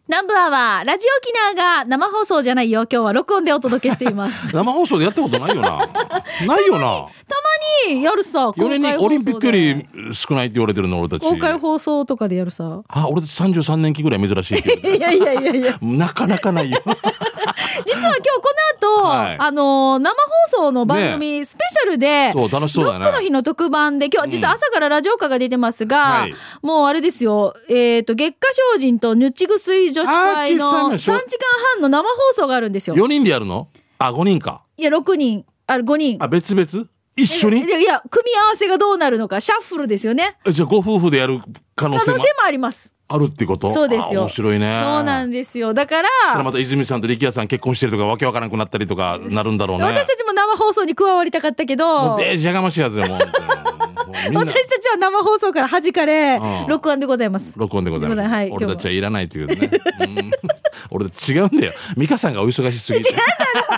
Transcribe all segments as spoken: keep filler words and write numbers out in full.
南部アワーラジオ沖縄が生放送じゃないよ、今日は録音でお届けしています生放送でやったことないよなないよな。 たまにやるさ。 よねんにオリンピックより少ないって言われてるの俺たち。 公開放送とかでやるさ。 あ、俺たちさんじゅうさんねん期ぐらい珍しいけど、 いやいやいやいやなかなかないよ実は今日この後、はい、あのー、生放送の番組、ね、スペシャルでそう楽しそうだね。 ロックの日の特番で今日実は朝からラジオ歌が出てますが、うんはい、もうあれですよ、えーと月下精進とぬちぐすい女子会のさんじかんはんの生放送があるんですよ。 よにんでやるの？あ、ごにんか。 いやろくにん、あごにん。 あ、別々？一緒に？ いやいや、組み合わせがどうなるのか、シャッフルですよね。 じゃあご夫婦でやる可能性も可能性もあります。 あるってこと？ そうですよ。 面白いね。 そうなんですよ。だからそれまた泉さんと力也さん結婚してるとかわけわからなくなったりとかなるんだろうね。 私たちも生放送に加わりたかったけど、 デージやがましいやつよもう私たちは生放送から弾かれ、うん、録音でございます。 録音でございます。はい、俺たちはいらないというね、うん、俺たち違うんだよ。美香さんがお忙しすぎて違うだろ違うだ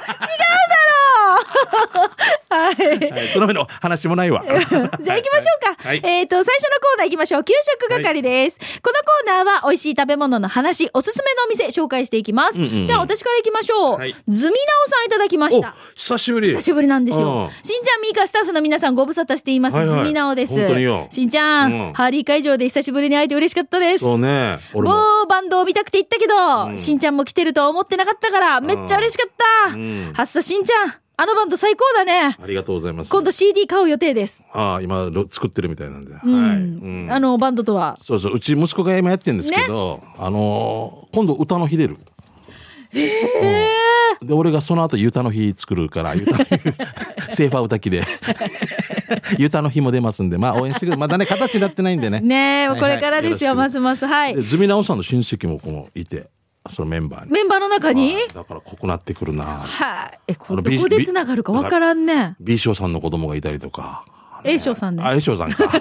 ろはい、 はい、その目の話もないわじゃあ行きましょうか、はい、えーと最初のコーナー行きましょう。給食係です、はい、このコーナーは美味しい食べ物の話、おすすめのお店紹介していきます、うんうんうん、じゃあ私から行きましょう、はい、ズミナオさんいただきました。 久しぶり。 久しぶりなんですよ。しんちゃん、みーか、スタッフの皆さんご無沙汰しています、はいはい、ズミナオです。 本当によ。 しんちゃん、うん、ハーリー会場で久しぶりに会えて嬉しかったです。 そうね、 俺ももうバンドを見たくて行ったけど、うん、しんちゃんも来てるとは思ってなかったからめっちゃ嬉しかった、うん、はっさしんちゃん、あのバンド最高だね。 ありがとうございます。 今度 シーディー 買う予定です。 ああ、今作ってるみたいなんで、 うんはい、うん、 あのバンドとはそうそう、うち息子が今やってるんですけど、ね、あのー、今度歌の日出る。 へえ、 うん、で俺がその後ユタの日作るからユタの日セーファー歌機でユタの日も出ますんで、まあ応援してください。まだね形になってないんでね。 ねえ、はい、これからですよ、はい、ますます。はい。 でズミナオさんの親戚もこのいて、そのメンバーにメンバーの中に、 だからここなってくるな。 はい、え、これどこでつながるかわからんね。 B 賞さんの子供がいたりとか、 A 賞さんね。 あ、A 賞さんか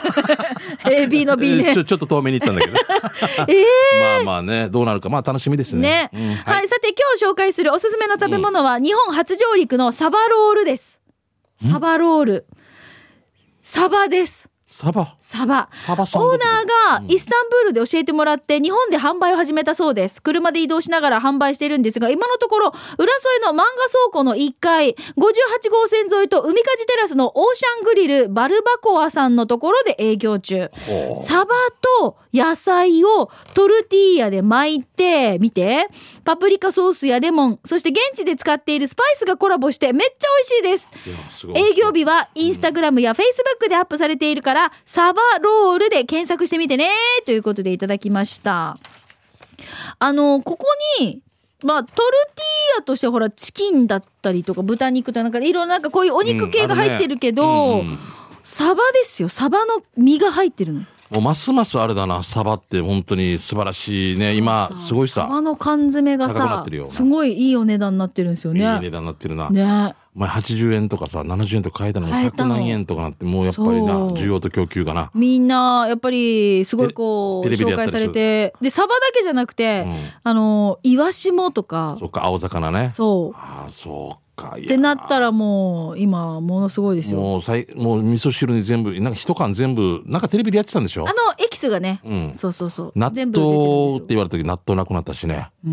A B の B ねちょ、ちょっと遠目に行ったんだけどえー、 まあまあね、どうなるかまあ楽しみですね。 ね、うん、はい、はい。さて今日紹介するおすすめの食べ物は、うん、日本初上陸のサバロールです。サバロール、サバです。 サバサバサバさんオーナーがイスタンブールで教えてもらって日本で販売を始めたそうです。車で移動しながら販売しているんですが、今のところ浦添の漫画倉庫のいっかい、ごじゅうはちごうせん沿いと海かじテラスのオーシャングリルバルバコアさんのところで営業中。サバと野菜をトルティーヤで巻いてみて、パプリカソースやレモン、そして現地で使っているスパイスがコラボしてめっちゃ美味しいです。 すごい営業日はインスタグラムやフェイスブックでアップされているから、サバロールで検索してみてねということでいただきました。あのここにまあトルティーヤとしてほらチキンだったりとか豚肉とかなんかいろんななんかこういうお肉系が入ってるけど、うんねうんうん、サバですよ。サバの身が入ってるの。 もうますますあれだな、サバって本当に素晴らしいね。今すごいさ、 サバの缶詰がさすごいいいお値段になってるんですよね。 いい値段になってるな、 ね。 前はちじゅうえんとかさななじゅうえんとか買えたのもひゃくなんえんとかなって、もうやっぱりな需要と供給がな、みんなやっぱりすごいこう紹介されて、でサバだけじゃなくて、うん、あのイワシもとか、 そうか青魚ね、 そう、 あそうか、 ってなったらもう今ものすごいですよ。 もうさいもう味噌汁に全部なんか一缶全部なんかテレビでやってたんでしょ、 あのエキスがね、うん、そうそうそう、 納豆って言われた時納豆なくなったしね、うん、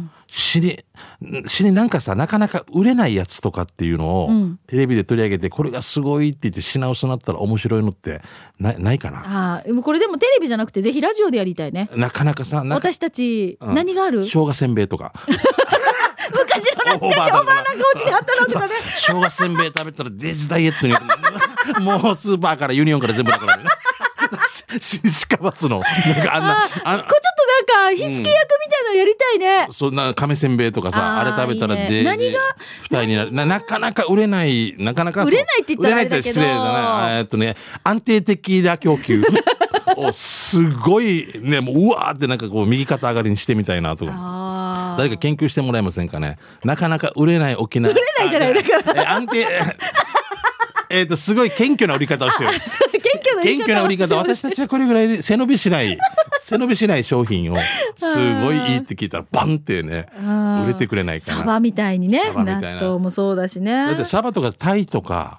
死に死になんかさなかなか売れないやつとかっていうのを、うん、テレビで取り上げてこれがすごいって言って品薄になったら面白いのってな、ないかな。 ああ、これでもテレビじゃなくてぜひラジオでやりたいね。 なかなかさ、 私たち、うん、何がある？ 生姜せんべいとか昔の懐かしいおばあなんかお家にあったのとかね生姜せんべい食べたらデジダイエットにもうスーパーからユニオンから全部だからねシカバスのなんかあんな、あこれちょっとなんか火付け役みたいなのやりたいね、 うん、そんな亀せんべいとかさ あ, あれ食べたらで、 いいね、何が二重になる な, なかなか売れないなかなか売れないって言ったらあれだけど、 売れないって失礼だな、えっとね安定的な供給をすごいね、もううわーってなんかこう右肩上がりにしてみたいなとか、誰か研究してもらえませんかね。なかなか売れない沖縄、 売れないじゃないだからえ安定えっとすごい謙虚な売り方をしてる謙虚な売り方、私たちはこれぐらいで背伸びしない背伸びしない商品をすごいいいって聞いたらバンってね売れてくれないかな。 サバみたいにね、納豆もそうだしね。 だってサバとかタイとか、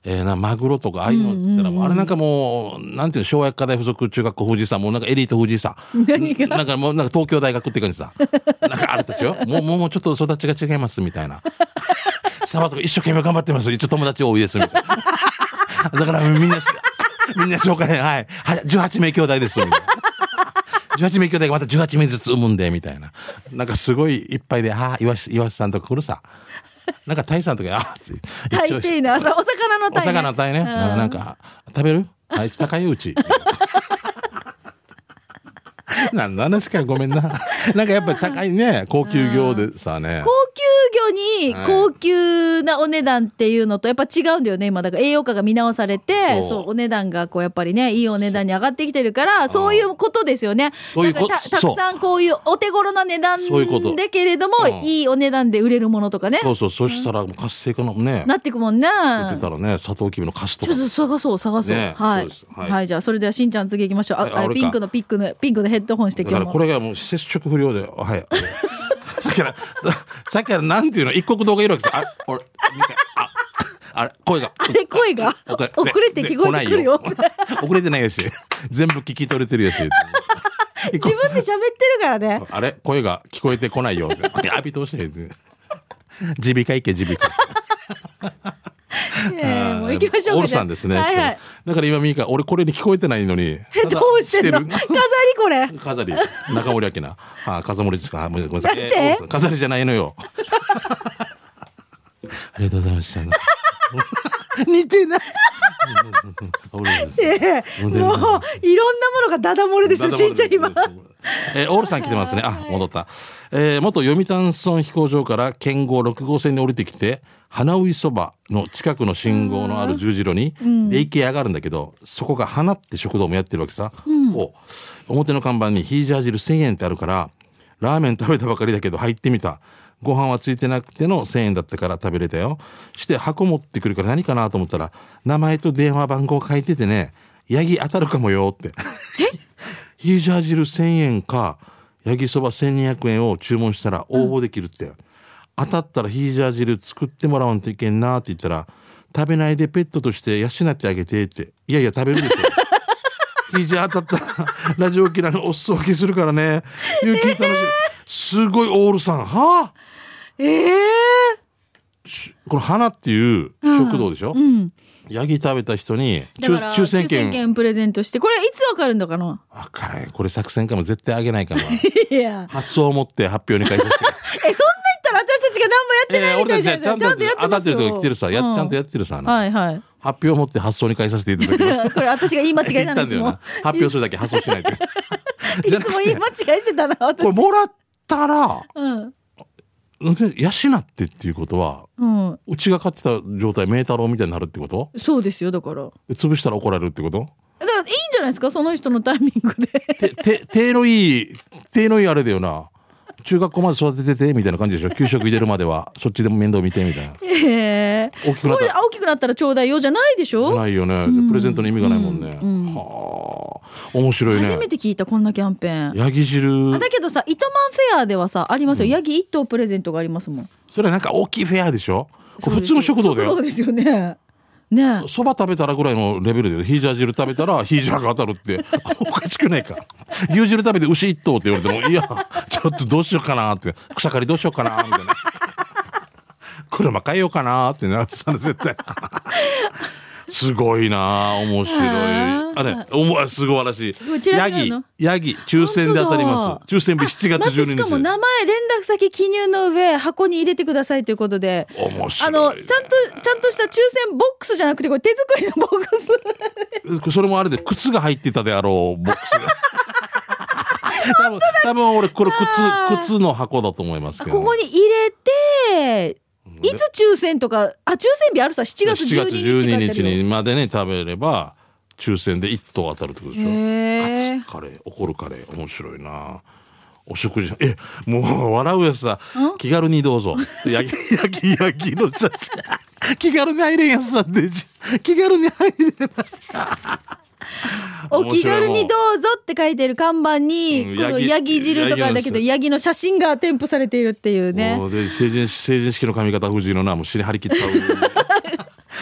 えー、なマグロとかああいうのっつったら、うんうんうん、あれなんかもうなんていうの昭和薬科大附属中学校富士山もうなんかエリート富士山何がなんかもうなんか東京大学って感じさなんかあれたちよもうもうちょっと育ちが違いますみたいなサバとか一生懸命頑張ってます一応友達多いですみたいなだからみんなみんな紹介はいじゅうはちめい兄弟ですみたいなじゅうはちめい兄弟がまたじゅうはちめいずつ産むんでみたいななんかすごいいっぱいでああ岩橋さんとか来るさなんかタイさんとかあタイっていいなお魚のタイ、ね、 お魚のタイね、うん、なんか食べるあいつ高いうち何の話かごめんななんかやっぱり高いね高級魚でさね高級魚に高級なお値段っていうのとやっぱ違うんだよね今だから栄養価が見直されてそうそうお値段がこうやっぱりねいいお値段に上がってきてるからそういうことですよねそういうことた, たくさんこういうお手頃な値段だけれどもい, うん、いいお値段で売れるものとかねそうそうそしたら活性化のねなっていくもんね作ってたらねサトウキビの菓子とかちょっと探そう探そう、ね、はい、はい、はい、じゃあそれではしんちゃん次行きましょうあ、はい、ピンクのピックのピンクのヘッドホンしてだからこれがもう接触不良ではいさっきからさっきからなんていうの一国道がいるわけですあ俺ああれ声があれ声が遅れて聞こえてくるよ遅れてないやし全部聞き取れてるやし自分で喋ってるからねあれ声が聞こえてこないよ浴び通して耳鼻科行け耳鼻科もう行きましょうかオールさんですね、 はいはい、 だから今ミカ俺これに聞こえてないのにヘッドホンしてるの飾りこれ飾り中森明菜はあ風森かごめんなさい、えー、飾りじゃないのよありがとうございました似てないえー、もういろんなものがダダ漏れですよしんちゃん今えー、オールさん来てますねあ戻った、えー、元読谷村飛行場から県号ろく号線に降りてきて花ういそばの近くの信号のある十字路にデイケアがあるんだけど、うん、そこが花って食堂もやってるわけさ、うん、お表の看板にヒージャー汁せんえんってあるからラーメン食べたばかりだけど入ってみたご飯はついてなくてのせんえんだったから食べれたよして箱持ってくるから何かなと思ったら名前と電話番号書いててねヤギ当たるかもよってヒージャー汁せんえんかヤギそばせんにひゃくえんを注文したら応募できるって、うん、当たったらヒージャー汁作ってもらわんといけんなって言ったら食べないでペットとして養ってあげてっていやいや食べるでしょヒージャー当たったらラジオキラのお裾分けするからねいう聞いた話、えー、すごいオールさんはあえー、 この花っていう食堂でしょ、うんうん、ヤギ食べた人に抽選券抽選券プレゼントしてこれいつわかるんだかな分からんこれ作戦かも絶対あげないからいや発想を持って発表に返させてえそんな言ったら私たちが何もやってないみたいじゃん、 えー、ちゃんとやってますよ当たってるとこ来てるさ、うん、やちゃんとやってるさ、 はいはい、 発表を持って発想に返させていただきますこれ私が言い間違いなんですもん発表するだけ発想しないでいつも言い間違いしてたな私これもらったら、うん養ってっていうことは、うん、うちが飼ってた状態メータローみたいになるってこと？ そうですよだから潰したら怒られるってこと？ だからいいんじゃないですかその人のタイミングでて手のいい手のいいあれだよな中学校まで育てててみたいな感じでしょ給食入れるまではそっちでも面倒見てみたいなえー、大きくなったら大きくなったらちょうだいよじゃないでしょ？ じゃないよね、うん、プレゼントの意味がないもんね、うんうん、はあ面白いね初めて聞いたこんなキャンペーンヤギ汁だけどさ糸満フェアではさありますよ、うん、ヤギ一頭プレゼントがありますもんそれなんか大きいフェアでしょこれ普通の食堂だよそうですよねねそば食べたらぐらいのレベルでヒージャー汁食べたらヒージャーが当たるっておかしくないか牛汁食べて牛一頭って言われてもいやちょっとどうしようかなって草刈りどうしようかなみたいな車変えようかなってなってたの絶対すごいな面白いあれおもすごいらしいヤギヤギ抽選で当たります抽選日しちがつじゅうににちしかも名前連絡先記入の上箱に入れてくださいということで面白い、 ね、あのちゃんとちゃんとした抽選ボックスじゃなくてこれ手作りのボックスそれもあれで靴が入ってたであろうボックスが多分多分俺これ靴靴の箱だと思いますけど、ね、 ここに入れていつ抽選とかあ抽選日あるさしちがつじゅうににちって書いてあるよしちがつじゅうににちにまでね食べれば抽選でいっ頭当たるってことでしょカツカレー怒るカレー面白いなお食事えもう笑うやつさ気軽にどうぞヤギヤギヤギの写真気軽に入れんやつさで気軽に入れないお気軽にどうぞって書いてる看板に、うん、このヤギ汁とかだけどヤギの写真が添付されているっていうねで成人成人式の髪型藤井のなもう死に張り切った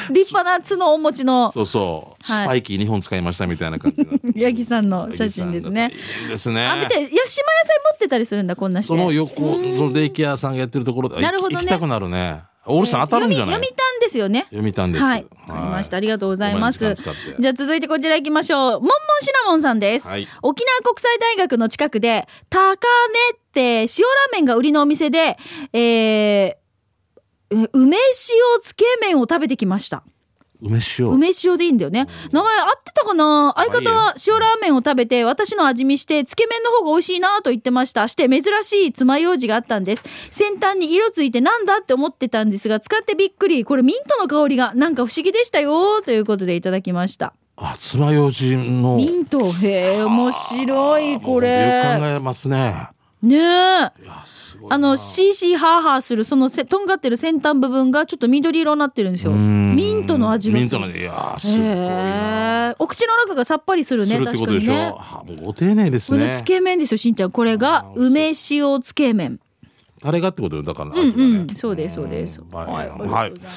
立派な角をお持ちのそうそう、 はいスパイキーにほん使いましたみたいな感じになってヤギさんの写真ですね。 いいですね。 あ、見て、八島野菜持ってたりするんだ、こんなして。 その横のデイケアさんがやってるところで、 なるほどね行きたくなるね。オールさん当たるんじゃない？ 読み、読みたんですよね。 読みたんです。 はい。わかりました。ありがとうございます。 ごめん時間使ってじゃあ続いてこちら行きましょう。モンモンシナモンさんです。 はい、 沖縄国際大学の近くで、高根って塩ラーメンが売りのお店で、えー、梅塩つけ麺を食べてきました。 梅塩梅塩でいいんだよね。名前合ってたかな。相方は塩ラーメンを食べて私の味見してつけ麺の方が美味しいなと言ってました。して珍しい爪楊枝があったんです。先端に色ついてなんだって思ってたんですが、使ってびっくり。これミントの香りがなんか不思議でしたよということでいただきました。 あ、爪楊枝のミント、へえ、面白いこれ。 よく考えますね。 ねえ。 いやあのシーシーハーハーするそのせとんがってる先端部分がちょっと緑色になってるんですよ。ミントの味がする。 ミントのいやすごいな。 お口の中がさっぱりするね。 するってことでしょ。 ね、 もうご丁寧ですね。 これつけ麺ですよしんちゃん。これが梅塩つけ麺。 タレがってことよだから、 ね、うんうん、そうですそうです。 はい、はい、ありがとうございます。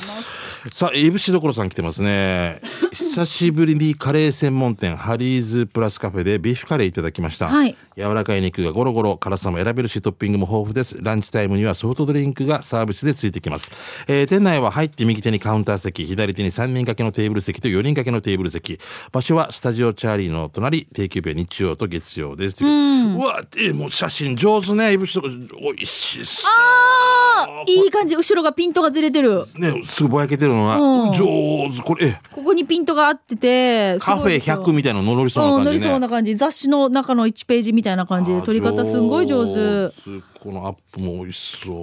さあ、いぶしどころさん来てますね。久しぶりにカレー専門店ハリーズプラスカフェでビーフカレーいただきました。はい、柔らかい肉がゴロゴロ、辛さも選べるしトッピングも豊富です。ランチタイムにはソフトドリンクがサービスでついてきます。えー、店内は入って右手にカウンター席、左手にさんにん掛けのテーブル席とよにん掛けのテーブル席。場所はスタジオチャーリーの隣、定休日は日曜と月曜です。う, うわ、えー、もう写真上手ね。いぶしどころおいしそう。 あいい感じ。後ろがピントがずれてるね、すぐぼやけてるのが、うん、上手。これここにピントが合っててカフェひゃくみたいなの乗りそうな感じね、 乗りそうな感じ。雑誌の中のいちページみたいな感じで撮り方すんごい上手。 このアップも美味しそう。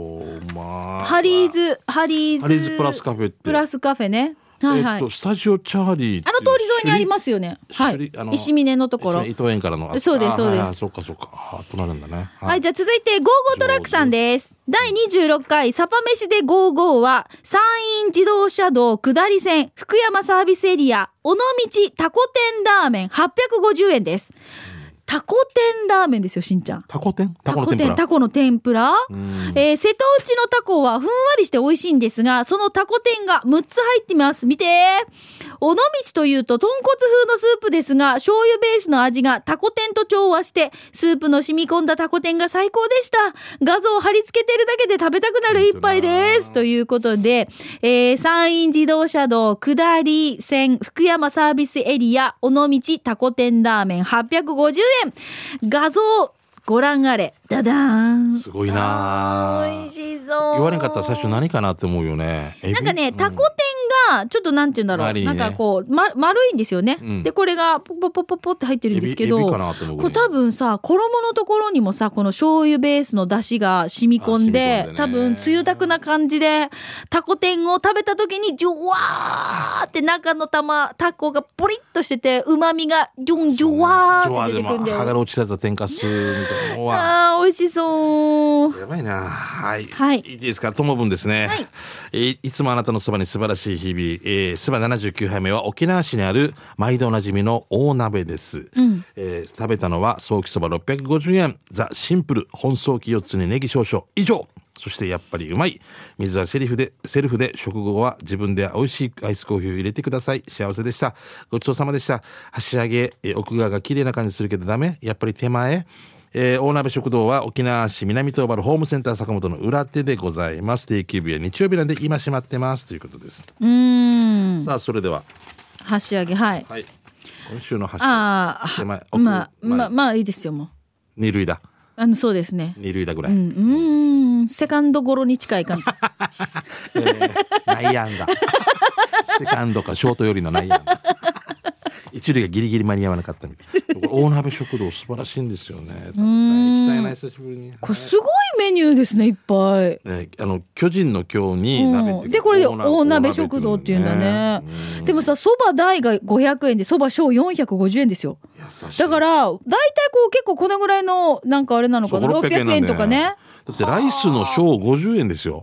まあ、 ハリーズハリーズハリーズプラスカフェってプラスカフェね。はいはい、 えっと、スタジオチャーリーあの通り沿いにありますよね。はい。石峰のところ。 伊藤園からの。 そうですそうです。 あ、そうかそうか。あ、となるんだね。はい、 はい、じゃあ続いてゴーゴートラックさんです。だいにじゅうろっかいサパ飯でゴーゴーは山陰自動車道下り線福山サービスエリア尾道タコ天ラーメンはっぴゃくごじゅうえんです。タコ天ラーメンですよしんちゃん。 タコ天タコの天ぷら。 タコの天ぷら、えー、瀬戸内のタコはふんわりして美味しいんですが、そのタコ天がむっつ入ってます。見て。尾道というと豚骨風のスープですが、醤油ベースの味がタコ天と調和してスープの染み込んだタコ天が最高でした。画像を貼り付けてるだけで食べたくなる一杯ですということで、えー、山陰自動車道下り線福山サービスエリア尾道タコ天ラーメンはっぴゃくごじゅうえん。画像ご覧あれ。ダダーン。 すごいな。 美味しそう。 言われんかったら最初何かなって思うよね。 なんかね、タコ天がちょっとなんて言うんだろう、ね、なんかこう、ま、丸いんですよね、うん、でこれがポポポポポって入ってるんですけど、エビエビかなと思う。これ多分さ衣のところにもさこの醤油ベースの出汁が染み込んで、ね、多分つゆだくな感じでタコ天を食べた時にジョワーって中の玉タコがポリッとしてて旨味がジョンジョワーって出てくるんで、 歯が落ちてた天かすみたいなのはあー美味しそう。 やばいな。はい、 はい、 いいですか。ともぶんですね、はい、えー、いつもあなたのそばに素晴らしい日々、えー、そばななじゅうきゅうはいめは沖縄市にある毎度おなじみの大鍋です、うん、えー、食べたのはソーキそばろっぴゃくごじゅうえん、ザ・シンプル本ソーキよっつにネギ少々以上。そしてやっぱりうまい。水はセリフでセルフで、食後は自分で美味しいアイスコーヒーを入れてください。幸せでした。ごちそうさまでした。箸上げ、えー、奥側が綺麗な感じするけどダメ、やっぱり手前。えー、大鍋食堂は沖縄市南東原ホームセンター坂本の裏手でございます。定休日は日曜日なんで今閉まってますということです。 うーん、さあそれでは箸上げ、はい、 はい、今週の箸ああまあまあ、まあ、まあいいですよ。もう二塁だ。 あのそうですね、 二塁打ぐらい、 うん、うーんセカンドゴロに近い感じ、 えー、内野安打セカンドかショートよりの内野安打一塁がギリギリ間に合わなかったみたいな。大鍋食堂素晴らしいんですよね。行きたいな久しぶりに。 これすごいメニューですね、いっぱい、 ね、あの巨人の今日に鍋って、うん、 でこれで大鍋食堂っていうんだね。でもさ、そば大がごひゃくえんでそば小よんひゃくごじゅうえんですよ。だからだいたいこう結構このぐらいのなんかあれなのかな、ろっぴゃくえんとかね。 だってライスの小ごじゅうえんですよ。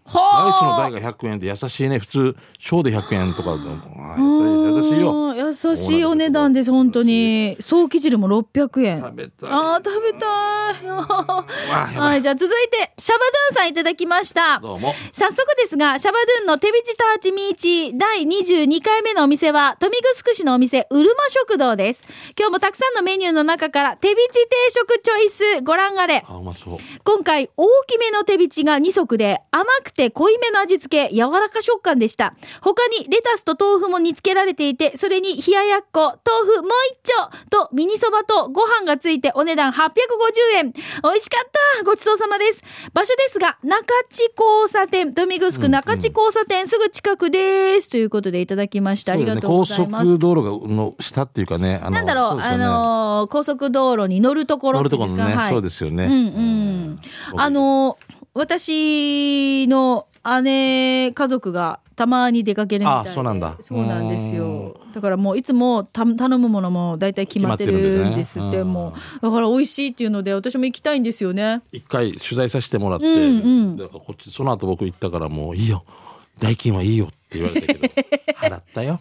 ライスの台がひゃくえんで優しいね。普通小でひゃくえんとかでも優しいよ。 優しいお値段です。本当に早期汁もろっぴゃくえん。 食べたい。 あー食べたい。はい、じゃあ続いてシャバドゥンさんいただきました。 どうも。 早速ですが、シャバドゥンの手びちターチミーチだいにじゅうにかいめのお店は豊見城市のお店うるま食堂です。今日もたくさんのメニューの中から手びち定食チョイスご覧あれ。 あ、うまそう。 今回大きめの手びちがに足で甘くて濃いめの味付け、柔らか食感でした。他にレタスと豆腐も煮付けられていて、それに冷ややっこ、豆腐もう一丁とミニそばとご飯がついてお値段はっぴゃくごじゅうえん。美味しかった。ごちそうさまです。場所ですが中地交差点、豊見城中地交差点すぐ近くです、ということでいただきました。ありがとうございます。 高速道路の下っていうかね、あのなんだろう、ね、あのー、高速道路に乗るところっていうんですか。 乗るところね、 はい、 そうですよね。 うんうん。あのー、私の姉家族がたまに出かけるみたいで。 あ、そうなんだ。 そうなんですよ。だからもういつもた頼むものもだいたい決まってるんですって。もうだから美味しいっていうので私も行きたいんですよね。 一回取材させてもらって、 うんうん、 だからこっちその後僕行ったからもういいよ、代金はいいよって言われたけど払ったよ。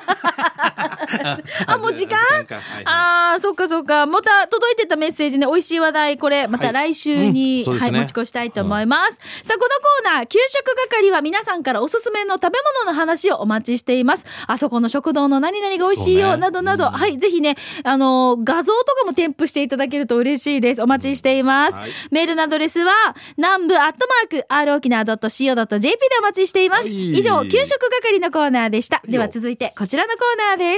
あ、もう時間？はいはい、ああ、そっかそっか。また届いてたメッセージね、美味しい話題、これまた来週に、はい、うんはい、持ち越したいと思います。うん、さあ、このコーナー給食係は皆さんからおすすめの食べ物の話をお待ちしています。あそこの食堂の何々が美味しいよ、ね、などなど、うん、はい、ぜひね、あのー、画像とかも添付していただけると嬉しいです。お待ちしています。うん、はい、メールのアドレスは南部アットマーク アール 沖縄 .co.jp でお待ちしています。はい、以上、給食係のコーナーでした。では続いてこちらのコーナーです。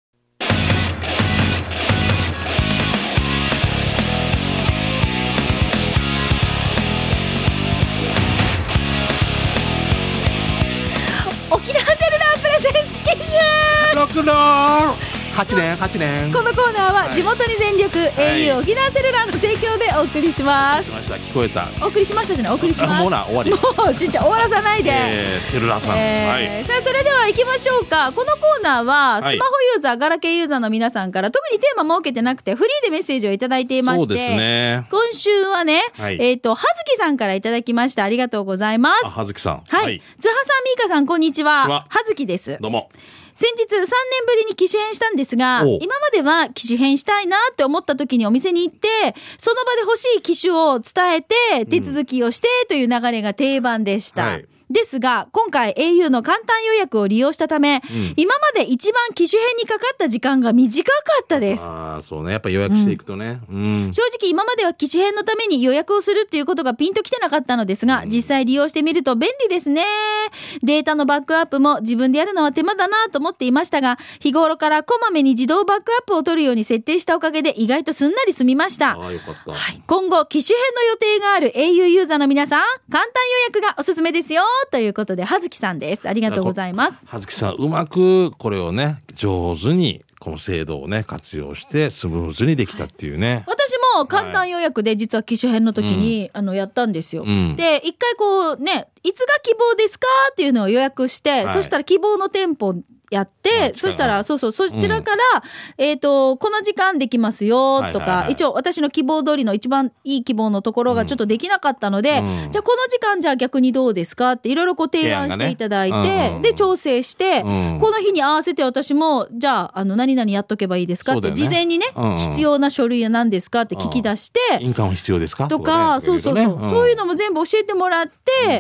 沖縄セルラープレゼンツ機種ロックンロールはちねんはちねん。 このコーナーは地元に全力、はい、エーユー 沖縄セルラーの提供でお送りします。 聞こえた。 お送りしましたじゃない、お送りします。 もうな終わり。 もうしんちゃん終わらさないで、 えー、セルラーさん、 えーはい、さあそれでは行きましょうか。このコーナーはスマホユーザー、はい、ガラケーユーザーの皆さんから特にテーマ設けてなくてフリーでメッセージをいただいていまして、 そうですね、 今週はね、はい、えっとはずきさんからいただきました。ありがとうございます。 はずきさん、 はい、はい、ズハさん、ミーカさん、こんにちは。はずきです。 どうも。 先日さんねんぶりに機種変したんですが、今までは機種変したいなって思った時にお店に行ってその場で欲しい機種を伝えて手続きをしてという流れが定番でした、うんはい、ですが今回 エーユー の簡単予約を利用したため、うん、今まで一番機種変にかかった時間が短かったです。 あ、そうね、やっぱ予約していくとね、うんうん、 正直今までは機種変のために予約をするっていうことがピンときてなかったのですが、うん、実際利用してみると便利ですね。データのバックアップも自分でやるのは手間だなと思っていましたが、日頃からこまめに自動バックアップを取るように設定したおかげで意外とすんなり済みました。 あ、よかった、 はい、今後機種変の予定がある エーユー ユーザーの皆さん、簡単予約がおすすめですよということで、はずきさんです。ありがとうございます。 はずきさん、うまくこれをね上手にこの制度をね活用してスムーズにできたっていうね、 はい、私も簡単予約で実は機種変の時に、はい、あのやったんですよ、うん、で一回こうね、いつが希望ですかっていうのを予約して、はい、そしたら希望の店舗やって、そしたらそうそうそちらから、うん、えっとこの時間できますよとか、はいはいはい、一応私の希望通りの一番いい希望のところがちょっとできなかったので、うん、じゃあこの時間じゃあ逆にどうですかっていろいろこう提案していただいて、ね、うん、で調整して、うん、この日に合わせて私もじゃああの何々やっとけばいいですかって、ね、事前にね、うんうん、必要な書類は何ですかって聞き出して、 印鑑は必要ですかとか、ね、そうそうそう、うん、そういうのも全部教えてもらって、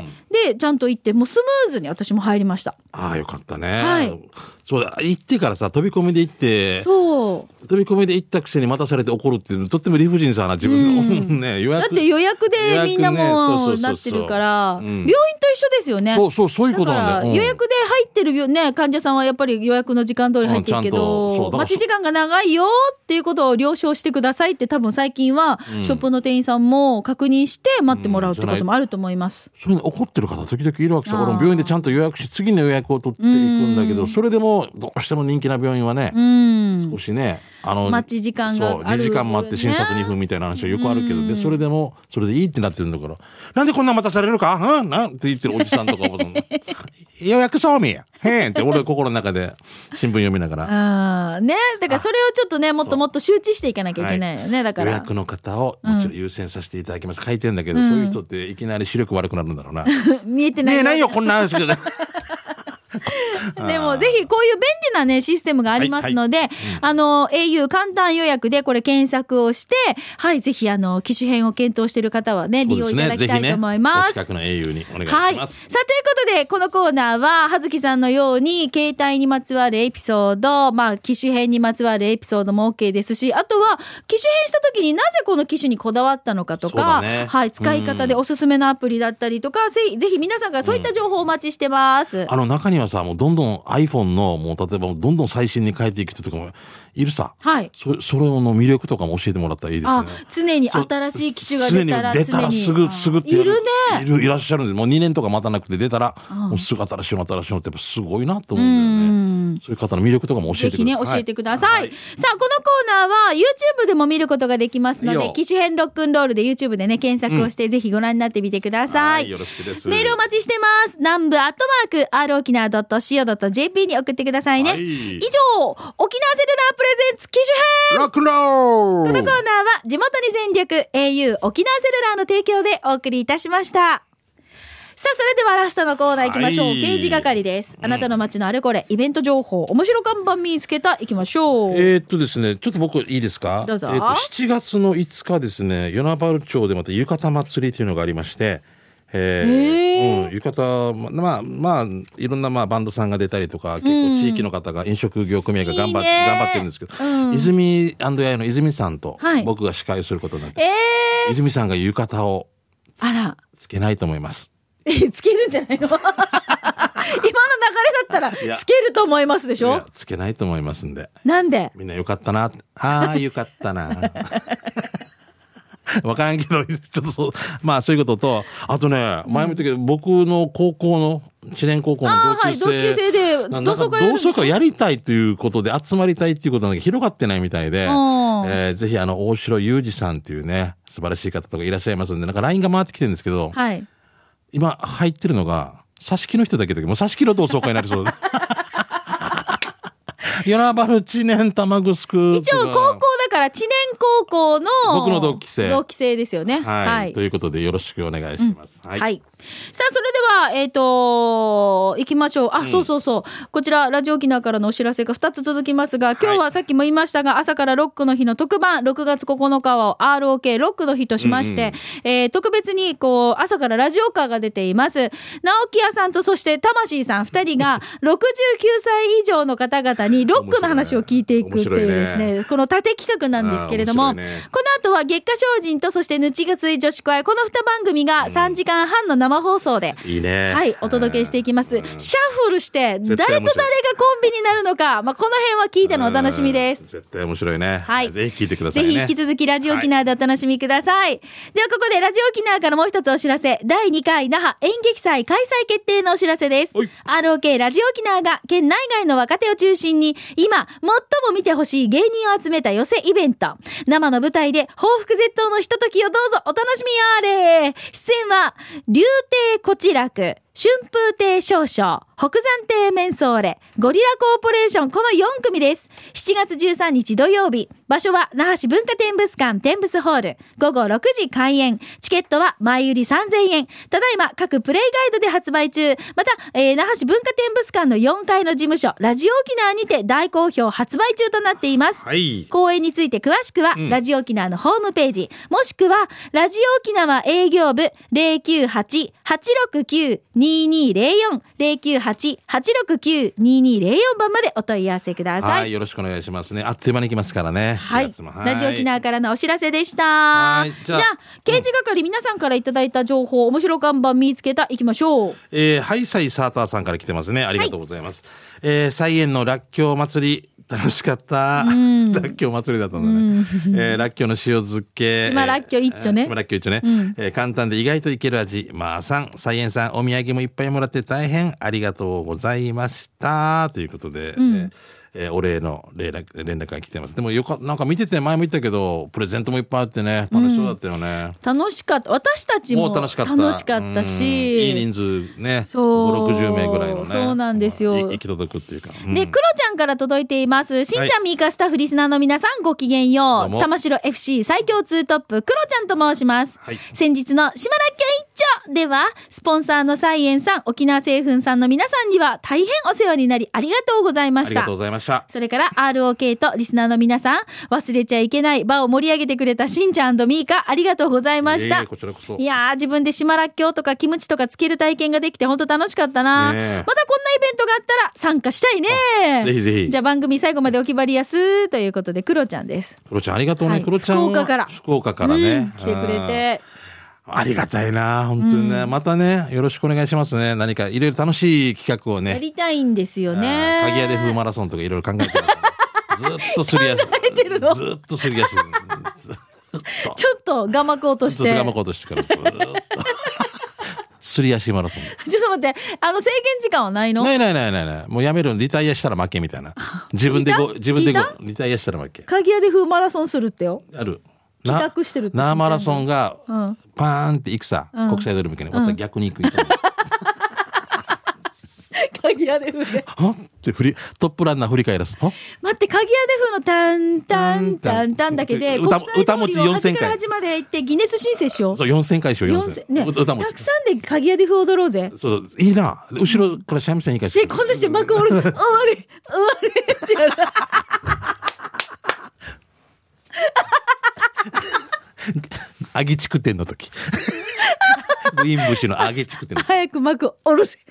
うん、でちゃんと行ってもうスムーズに私も入りました。 ああ、よかったね。 はい、 そうだ、行ってからさ飛び込みで行って、 そう飛び込みで行ったくせに待たされて怒るっていうのとっても理不尽さな自分の、うん、ね、予約だって予約でみんなもうなってるから、うん、病院と一緒ですよね。 そうそうそういうことなんだよ。 だから予約で入ってる、ね、患者さんはやっぱり予約の時間通り入ってるけど、うん、待ち時間が長いよっていうことを了承してくださいって多分最近はショップの店員さんも確認して待ってもらうってこともあると思います、 うん、それに怒ってる方時々いるわけさ。俺も病院でちゃんと予約し次の予約を取っていくんだけど、それでもどうしても人気な病院はね、うん、少しねあの待ち時間がある、ね、 にじかん待って診察にふんみたいな話はよくあるけど、でそれでもそれでいいってなってるんだから、なんでこんな待たされるか、うん、なんて行ってるおじさんとかおばさん予約そうみへんって俺心の中で新聞読みながらあね、だからそれをちょっとねもっともっと周知していかなきゃいけないよね、はい、だから予約の方をもちろん優先させていただきます、うん、書いてるんだけど、うん、そういう人っていきなり視力悪くなるんだろうな見えてない見えないよこんな話でもぜひこういう便利なねシステムがありますので、はいはい、うん、あの エーユー 簡単予約でこれ検索をしてはいぜひあの機種変を検討している方はね利用いただきたいと思います。 ね、お近くの エーユー にお願いします、 はい、さあということでこのコーナーは葉月さんのように携帯にまつわるエピソード、まあ機種変にまつわるエピソードも OK ですし、あとは機種変した時になぜこの機種にこだわったのかとか、ね、はい、使い方でおすすめのアプリだったりとか、うん、ぜひ皆さんからそういった情報をお待ちしてます、うん、 あの中にはさもうどんどん iPhone のもう例えばどんどん最新に変えていく人とかもいるさ、はい、そ, それの魅力とかも教えてもらったらいいですね。あ常に新しい機種が出たら常に出たらすぐすぐってやるいるねいるいらっしゃるんでもうにねんとか待たなくて出たらもうすぐ新しいの新しいのってやっぱすごいなと思うんだよね。そういう方の魅力とかも教えてください。ぜひね教えてください、はい、さあこのコーナーは YouTube でも見ることができますので機種変ロックンロールで YouTube でね検索をして、うん、ぜひご覧になってみてください、はい、 よろしくです。 メールお待ちしてます。南部アットマーク アール 沖縄 ドット シーオー ドット ジェーピー に送ってくださいね、はい、以上沖縄セルラープレゼンツ機種変ロックンロール。 このコーナーは地元に全力 エーユー 沖縄セルラーの提供でお送りいたしました。さあそれではラストのコーナー行きましょう、はい、刑事係です、うん、あなたの街のあれこれイベント情報面白看板見つけた行きましょう。 えー、っとですねちょっと僕いいですか。 どうぞ。 えー、っとしちがつのいつかですね与那原町でまた浴衣祭りというのがありまして、えーうん、浴衣まあまあいろんなまあバンドさんが出たりとか結構地域の方が飲食業組合が頑張っ、うん、頑張ってるんですけど、うん、泉&やの泉さんと僕が司会することになって、はい、えー、泉さんが浴衣をあらつけないと思います。 つけるんじゃないの今の流れだったらつけると思いますでしょ。いやつけないと思いますんで。 なんでみんなよかったなあーよかったなわからんけどちょっとそうまあそういうこととあとね、うん、前も言ったけど僕の高校の知念高校の同級生、 はい、同級生で同窓会やるんですか。 同窓会やりたいということで集まりたいっていうことなんだけど広がってないみたいで、えー、ぜひあの大城裕二さんっていうね素晴らしい方とかいらっしゃいますんでなんか ライン が回ってきてるんですけど、はい、今入ってるのが挿し木の人だけだけどもう挿し木の同窓会になりそうで与那原知念玉城一応高校だから知念高校の僕の同期生同期生ですよね、 はいはい、ということでよろしくお願いします、 うん、はい、はい、さあそれではえっ、ー、と行きましょう。あ、うん、そうそうそうこちらラジオ沖縄からのお知らせがふたつ続きますが今日はさっきも言いましたが、はい、朝からロックの日の特番ろくがつここのかを アールオーケー ロックの日としまして、うんうん、えー、特別にこう朝からラジオカーが出ています。直木屋さんとそして魂さんふたりがろくじゅうきゅうさい以上の方々にロックの話を聞いていくっていうです ね, ねこの縦企画なんですけれども、ね、この後は月下精進とそしてぬちぐすい女子会このに番組がさんじかんはんの生放送で、 うん、いいね、 はい、お届けしていきます。シャッフルして誰と誰がコンビになるのか、まあ、この辺は聞いてのお楽しみです。 絶対面白いね、はい、ぜひ聞いてくださいね。 ぜひ引き続きラジオ沖縄でお楽しみください、はい、ではここでラジオ沖縄からもう一つお知らせ。だいにかい那覇演劇祭開催決定のお知らせです。 アールオーケー ラジオ沖縄が県内外の若手を中心に今最も見てほしい芸人を集めた寄せイベント生の舞台で報復絶倒のひとときをどうぞお楽しみあれ。出演は竜亭こちらく春風亭少々北山亭メンソーレゴリラコーポレーションこのよん組です。しちがつじゅうさんにち土曜日場所は那覇市文化展物館天物ホールごごろくじ開演。チケットは前売りさんぜんえん。ただいま各プレイガイドで発売中。また、えー、那覇市文化展物館のよんかいの事務所ラジオ沖縄にて大好評発売中となっています、はい、公演について詳しくは、うん、ラジオ沖縄のホームページもしくはラジオ沖縄営業部 ゼロきゅうはち はちろくきゅう にーにーゼロよん ゼロきゅうはち はちろくきゅう にーにーゼロよん 番までお問い合わせください。 はい、よろしくお願いしますね。あっという間に来ますからね。 はい、はい、ラジオ沖縄からのお知らせでした。はい、じゃあ、じゃあ刑事係、うん、皆さんからいただいた情報面白看板見つけたいきましょう。 えー、ハイサイサーターさんから来てますね。ありがとうございます、はい、えー、菜園のらっきょう祭り楽しかった。らっきょう祭りだったんだね。えー、らっきょうの塩漬け。 島らっきょう一丁ね。 島らっきょう一丁ね、うん、えー。簡単で意外といける味。まあさん、菜園さん、お土産もいっぱいもらって大変ありがとうございました。ということで、うん、 えー、お礼の連絡連絡が来てます。でもよかなんか見てて前も言ったけどプレゼントもいっぱいあってね楽しそうだったよね、 うん、楽しかった。私たちも楽しかった楽しかったし、 いい人数ねごじゅうろくじゅうめいぐらいのねそうなんですよ、 行き届くっていうか、うん、 でクロちゃんから届いています。しんちゃん、はい、ミーカスタッフリスナーの皆さんごきげんよう。玉城 エフシー 最強ツートップクロちゃんと申します、はい、先日の島らっきょ一丁ではスポンサーのサイエンさん沖縄製粉さんの皆さんには大変お世話になりありがとうございました。 ありがとうございました。 それから アールオーケー とリスナーの皆さん忘れちゃいけない場を盛り上げてくれたしんちゃん&ミーカありがとうございました、 えー、こちらこそ。 いやー自分で島らっきょうとかキムチとかつける体験ができて本当楽しかったな、ね、またこんなイベントがあったら参加したいね。 ぜひぜひ。 じゃあ番組最後までお決まりやすということでクロちゃんです。 クロちゃんありがとうね、はい、クロちゃん福岡から福岡からね、うん、 来てくれてありがたいな本当にね、うん、またねよろしくお願いしますね。何かいろいろ楽しい企画をねやりたいんですよね。 鍵屋でフーマラソンとかいろいろ考えてるずっとすり足ずっとすり足ちょっと我幕落として我幕落としてからずっとすり足マラソン。 ちょっと待って、あの制限時間はないの？ ないないないないない。もうやめるのリタイアしたら負けみたいな。自分でご自分でごリタイアしたら負け。 鍵屋で風マラソンするってよ。 ある。 企画してるって。 ナーマラソンがパーンっていくさ、うん、国際通り向けに、また逆に行く。うん鍵屋で風ではって振りトップランナー振り返らす。 待って鍵屋で風のタンタンタンタンだけで歌歌持ちよんせんかい端から端まで行ってギネス申請しよう。 そうよんせんかいしようよんせん、 ね、歌持ちたくさんで鍵屋で風踊ろうぜ。 そうそういいな。後ろから三味線いいかしら。 えこんなして幕下ろす終わり終わりってやる揚げちく店の時部員節の揚げちく店の時早く幕下ろせ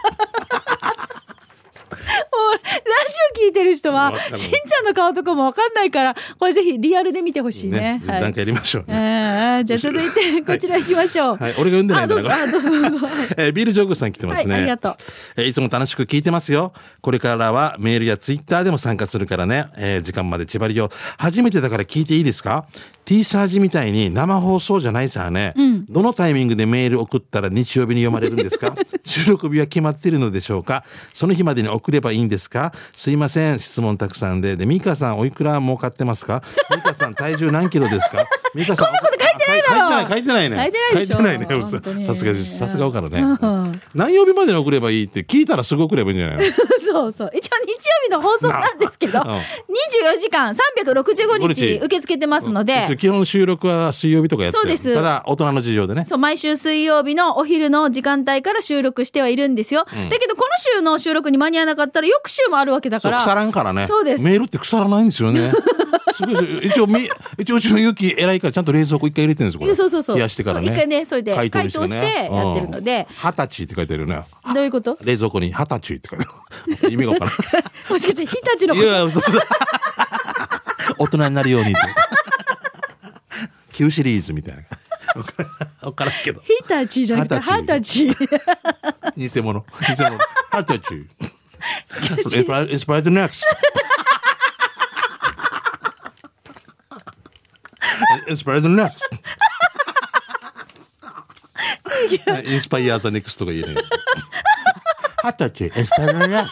ラジオ聞いてる人はしんちゃんの顔とかも分かんないからこれぜひリアルで見てほしいね。 ね、はい、なんかやりましょうね、 えー、じゃあ続いてこちら行きましょう。 はい、俺が読んでないんだからどうぞどうぞどうぞ、 えー、ビールジョーグさん来てますね、 はい、ありがとう、 えー、いつも楽しく聞いてますよ。これからはメールやツイッターでも参加するからね、えー、時間まで縛りを初めてだから聞いていいですか。 T サージみたいに生放送じゃないさね、うん、どのタイミングでメール送ったら日曜日に読まれるんですか収録日は決まっているのでしょうか。その日までに送ればいいんですか。すいません質問たくさんで。でミカさんおいくら儲かってますか。ミカさん体重何キロですか。ミカさんこんなこと書いてないだろ。 書いてないね。 書いてないでしょ。 書いてないね。さすがさすがわかるね、うん、何曜日までに送ればいいって聞いたらすぐ送ればいいんじゃないのそうそう一応日曜日の放送なんですけど、うん、にじゅうよじかんさんびゃくろくじゅうごにち受け付けてますので、 基本収録は水曜日とかやってる。そうです。ただ大人の事情でね。 そう毎週水曜日のお昼の時間帯から収録してはいるんですよ、うん、だけどこの週の収録に間に合わなかったら翌週もあるわけだから。 腐らんからね。 そうです。 メールって腐らないんですよねすごい一応み一応うちの勇気偉いからちゃんと冷蔵庫一回入れてるんですこれ。そうそうそう冷やしてからね。 一回ねそれで解凍してやってるので。 二十歳って書いてあるよね。 どういうこと。 冷蔵庫に二十歳って書いてある意味がわからないもしかして日立のこと。 いや嘘大人になるように旧シリーズみたいな分からんけど日立じゃなくて二十歳偽物偽物二十歳It's by the next It's by the next インスパイアーザネクストが言えない二十歳 It's by the next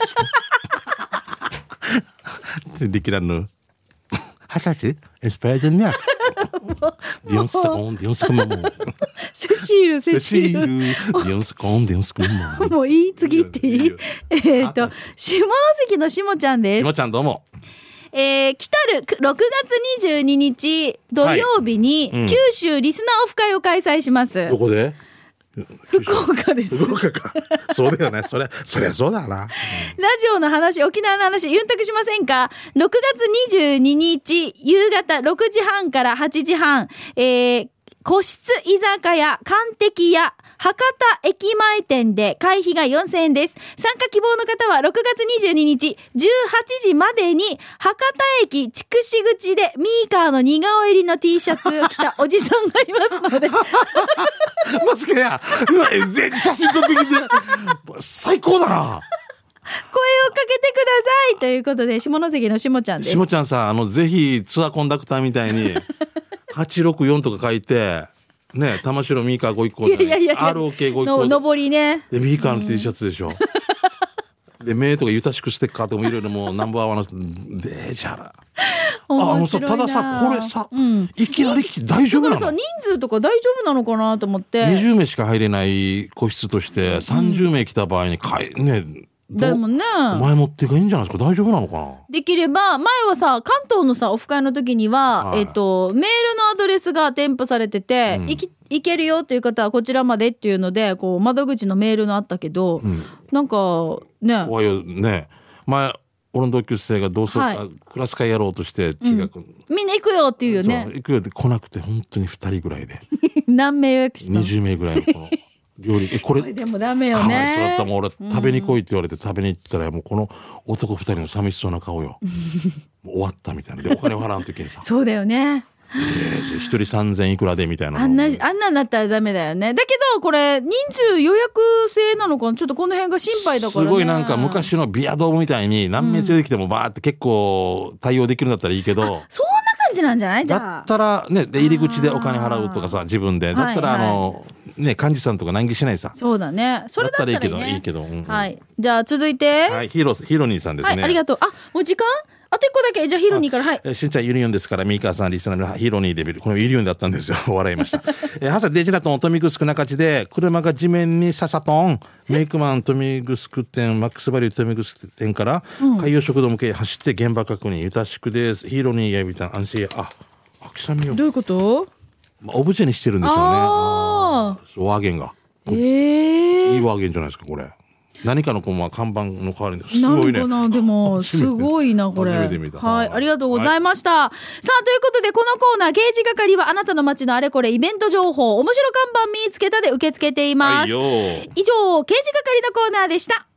できらんの二十歳 It's by the next ディオンスコーンディオンスコーンセシールセシールディオンスコーンディオンスコーンもういい次っていいえっと下関のしもちゃんです。 しもちゃんどうも。 えー、来たるろくがつにじゅうににち土曜日に九州リスナーオフ会を開催します、はいうん、どこで。 福岡です。 福岡か。そうだよね。それ、そりゃそうだな。うん、ラジオの話、沖縄の話、ユンタクしませんか。ろくがつにじゅうににち夕方ろくじはんからはちじはん、えー、個室居酒屋完璧屋博多駅前店で会費がよんせんえんです。参加希望の方はろくがつにじゅうににちじゅうはちじまでに博多駅筑紫口でミーカーの似顔絵入りの T シャツを着たおじさんがいますのでマスクや全写真撮ってきて最高だな。声をかけてくださいということで下関のしもちゃんです。 しもちゃんさあのぜひツアーコンダクターみたいにはちろくよんとか書いてね、玉城ミーカーご一行で アールオーケー ご一行の上りねでミーカーの T シャツでしょ、うん、 で名とかゆたしくステッカーとかもいろいろもうナンバーワンのでじゃらあのさたださこれさ、うん、いきなり大丈夫なの？だからさ人数とか大丈夫なのかなと思ってにじゅうめいしか入れない個室としてさんじゅうめい来た場合にかいねでもね前持っていくいいんじゃないですか？大丈夫なのかな？ できれば前はさ関東のさオフ会の時には、はい、えっとメールのアドレスが添付されてて、うん、いきいけるよっていう方はこちらまでっていうのでこう窓口のメールのあったけど、うん、なんかね怖いよね。前俺の同級生が同窓、はい、クラス会やろうとして中学、うん、 みんな行くよっていうよね。 行くよって来なくて本当にふたりぐらいで何名予約したの？ にじゅうめいぐらいのこの料理えこれでもダメよね。 かわいそうだったもん俺、うん、食べに来いって言われて食べに行ったらもうこの男ふたりの寂しそうな顔よもう終わったみたいなでお金を払わんといけんさそうだよね。 えー、一人さんぜんいくらでみたいなあんなあんなんなったらダメだよね。だけどこれ人数予約制なのかちょっとこの辺が心配だからね。 すごいなんか昔のビアドームみたいに何名連れてきてもバーって結構対応できるんだったらいいけど、うん、 そんな感じなんじゃない？じゃあだったらねで入り口でお金払うとかさ自分でだったらあの、はいはい、ね幹事さんとか難儀しないさ。 そうだね。それだったらいいけどいいけど、うんうん、 はい。じゃあ続いてはいヒーローヒーロー兄さんですね。 はいありがとう。あもう時間あと一個だけじゃあヒロニーからはい、 えー、しんちゃんユニオンですからミーカーさんリスナーのヒロニーデビルこのユニオンだったんですよ笑いました、えー、はさデジナトントミグスク中地で車が地面にささとんメイクマントミグスク店マックスバリュートミグスク店から海洋食堂向け走って現場確認ゆたしくですヒロニーやみたいな安心あ秋雨よどういうこと、 まあ、オブジェにしてるんでしょうね。ああワーゲンがえー、 いいワーゲンじゃないですかこれ。何かのこの看板の代わりにすごいね。 なんかなでもすごいなこれ。はい、ありがとうございました。はい、さあということでこのコーナー刑事係はあなたの街のあれこれイベント情報面白看板見つけたで受け付けています。はい、以上刑事係のコーナーでした。